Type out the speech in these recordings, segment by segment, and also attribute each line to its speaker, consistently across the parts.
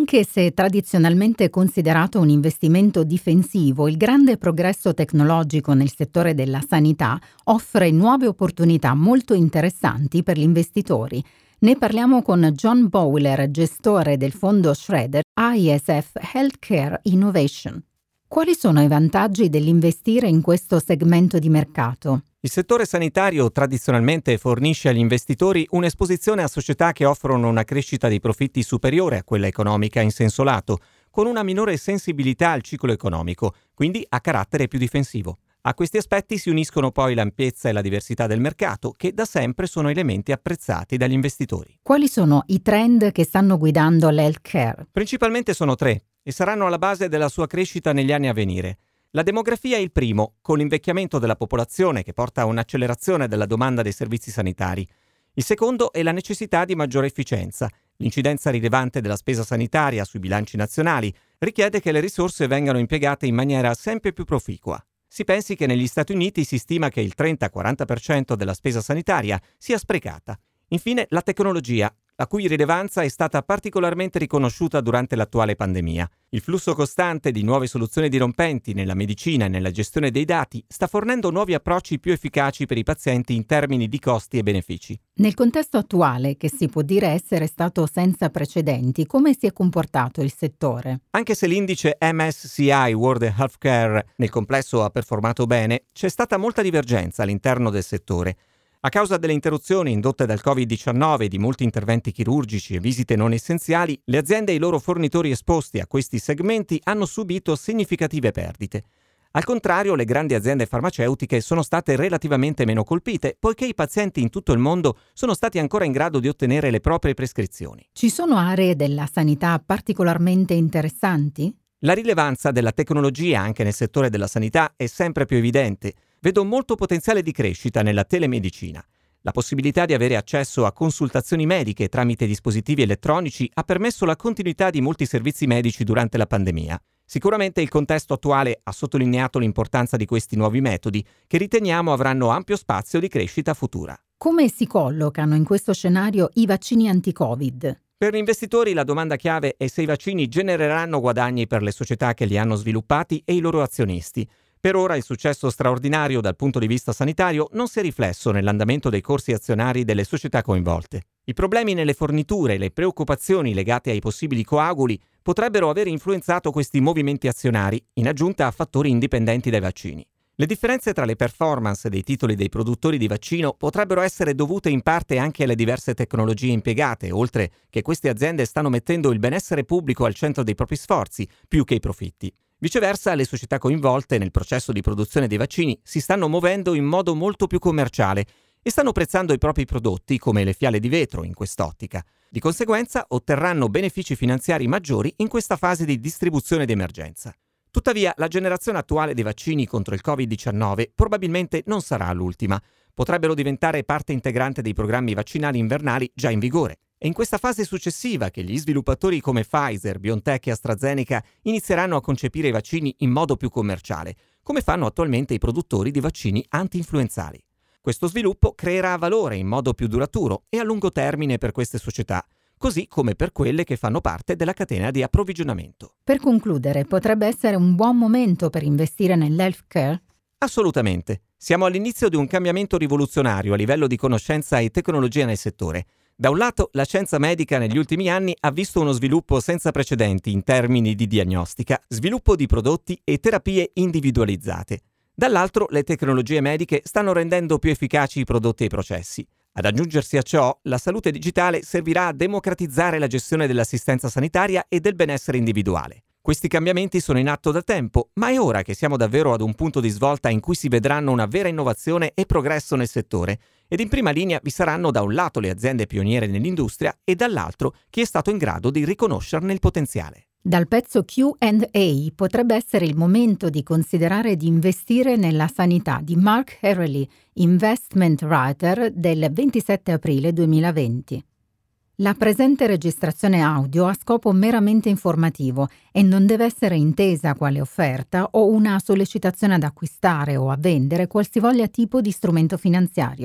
Speaker 1: Anche se tradizionalmente considerato un investimento difensivo, il grande progresso tecnologico nel settore della sanità offre nuove opportunità molto interessanti per gli investitori. Ne parliamo con John Bowler, gestore del fondo Schroeder ISF Healthcare Innovation. Quali sono i vantaggi dell'investire in questo segmento di mercato?
Speaker 2: Il settore sanitario tradizionalmente fornisce agli investitori un'esposizione a società che offrono una crescita dei profitti superiore a quella economica in senso lato, con una minore sensibilità al ciclo economico, quindi a carattere più difensivo. A questi aspetti si uniscono poi l'ampiezza e la diversità del mercato, che da sempre sono elementi apprezzati dagli investitori.
Speaker 1: Quali sono i trend che stanno guidando l'healthcare?
Speaker 2: Principalmente sono tre, e saranno alla base della sua crescita negli anni a venire. La demografia è il primo, con l'invecchiamento della popolazione che porta a un'accelerazione della domanda dei servizi sanitari. Il secondo è la necessità di maggiore efficienza. L'incidenza rilevante della spesa sanitaria sui bilanci nazionali richiede che le risorse vengano impiegate in maniera sempre più proficua. Si pensi che negli Stati Uniti si stima che il 30-40% della spesa sanitaria sia sprecata. Infine, la tecnologia, la cui rilevanza è stata particolarmente riconosciuta durante l'attuale pandemia. Il flusso costante di nuove soluzioni dirompenti nella medicina e nella gestione dei dati sta fornendo nuovi approcci più efficaci per i pazienti in termini di costi e benefici.
Speaker 1: Nel contesto attuale, che si può dire essere stato senza precedenti, come si è comportato il settore?
Speaker 2: Anche se l'indice MSCI World Healthcare nel complesso ha performato bene, c'è stata molta divergenza all'interno del settore. A causa delle interruzioni indotte dal Covid-19 di molti interventi chirurgici e visite non essenziali, le aziende e i loro fornitori esposti a questi segmenti hanno subito significative perdite. Al contrario, le grandi aziende farmaceutiche sono state relativamente meno colpite, poiché i pazienti in tutto il mondo sono stati ancora in grado di ottenere le proprie prescrizioni.
Speaker 1: Ci sono aree della sanità particolarmente interessanti?
Speaker 2: La rilevanza della tecnologia anche nel settore della sanità è sempre più evidente. Vedo molto potenziale di crescita nella telemedicina. La possibilità di avere accesso a consultazioni mediche tramite dispositivi elettronici ha permesso la continuità di molti servizi medici durante la pandemia. Sicuramente il contesto attuale ha sottolineato l'importanza di questi nuovi metodi, che riteniamo avranno ampio spazio di crescita futura.
Speaker 1: Come si collocano in questo scenario i vaccini anti-Covid?
Speaker 2: Per gli investitori la domanda chiave è se i vaccini genereranno guadagni per le società che li hanno sviluppati e i loro azionisti. Per ora il successo straordinario dal punto di vista sanitario non si è riflesso nell'andamento dei corsi azionari delle società coinvolte. I problemi nelle forniture e le preoccupazioni legate ai possibili coaguli potrebbero aver influenzato questi movimenti azionari, in aggiunta a fattori indipendenti dai vaccini. Le differenze tra le performance dei titoli dei produttori di vaccino potrebbero essere dovute in parte anche alle diverse tecnologie impiegate, oltre che queste aziende stanno mettendo il benessere pubblico al centro dei propri sforzi, più che i profitti. Viceversa, le società coinvolte nel processo di produzione dei vaccini si stanno muovendo in modo molto più commerciale e stanno prezzando i propri prodotti come le fiale di vetro in quest'ottica. Di conseguenza otterranno benefici finanziari maggiori in questa fase di distribuzione d'emergenza. Tuttavia, la generazione attuale dei vaccini contro il Covid-19 probabilmente non sarà l'ultima. Potrebbero diventare parte integrante dei programmi vaccinali invernali già in vigore. È in questa fase successiva che gli sviluppatori come Pfizer, BioNTech e AstraZeneca inizieranno a concepire i vaccini in modo più commerciale, come fanno attualmente i produttori di vaccini anti-influenzali. Questo sviluppo creerà valore in modo più duraturo e a lungo termine per queste società, così come per quelle che fanno parte della catena di approvvigionamento.
Speaker 1: Per concludere, potrebbe essere un buon momento per investire nell'healthcare?
Speaker 2: Assolutamente. Siamo all'inizio di un cambiamento rivoluzionario a livello di conoscenza e tecnologia nel settore. Da un lato, la scienza medica negli ultimi anni ha visto uno sviluppo senza precedenti in termini di diagnostica, sviluppo di prodotti e terapie individualizzate. Dall'altro, le tecnologie mediche stanno rendendo più efficaci i prodotti e i processi. Ad aggiungersi a ciò, la salute digitale servirà a democratizzare la gestione dell'assistenza sanitaria e del benessere individuale. Questi cambiamenti sono in atto da tempo, ma è ora che siamo davvero ad un punto di svolta in cui si vedranno una vera innovazione e progresso nel settore, ed in prima linea vi saranno da un lato le aziende pioniere nell'industria e dall'altro chi è stato in grado di riconoscerne il potenziale.
Speaker 1: Dal pezzo Q&A potrebbe essere il momento di considerare di investire nella sanità di Mark Harrelly, Investment Writer del 27 aprile 2020. La presente registrazione audio ha scopo meramente informativo e non deve essere intesa quale offerta o una sollecitazione ad acquistare o a vendere qualsivoglia tipo di strumento finanziario.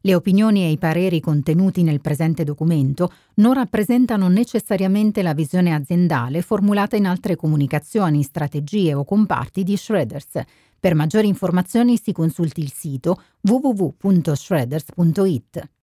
Speaker 1: Le opinioni e i pareri contenuti nel presente documento non rappresentano necessariamente la visione aziendale formulata in altre comunicazioni, strategie o comparti di Shredders. Per maggiori informazioni si consulti il sito www.shredders.it.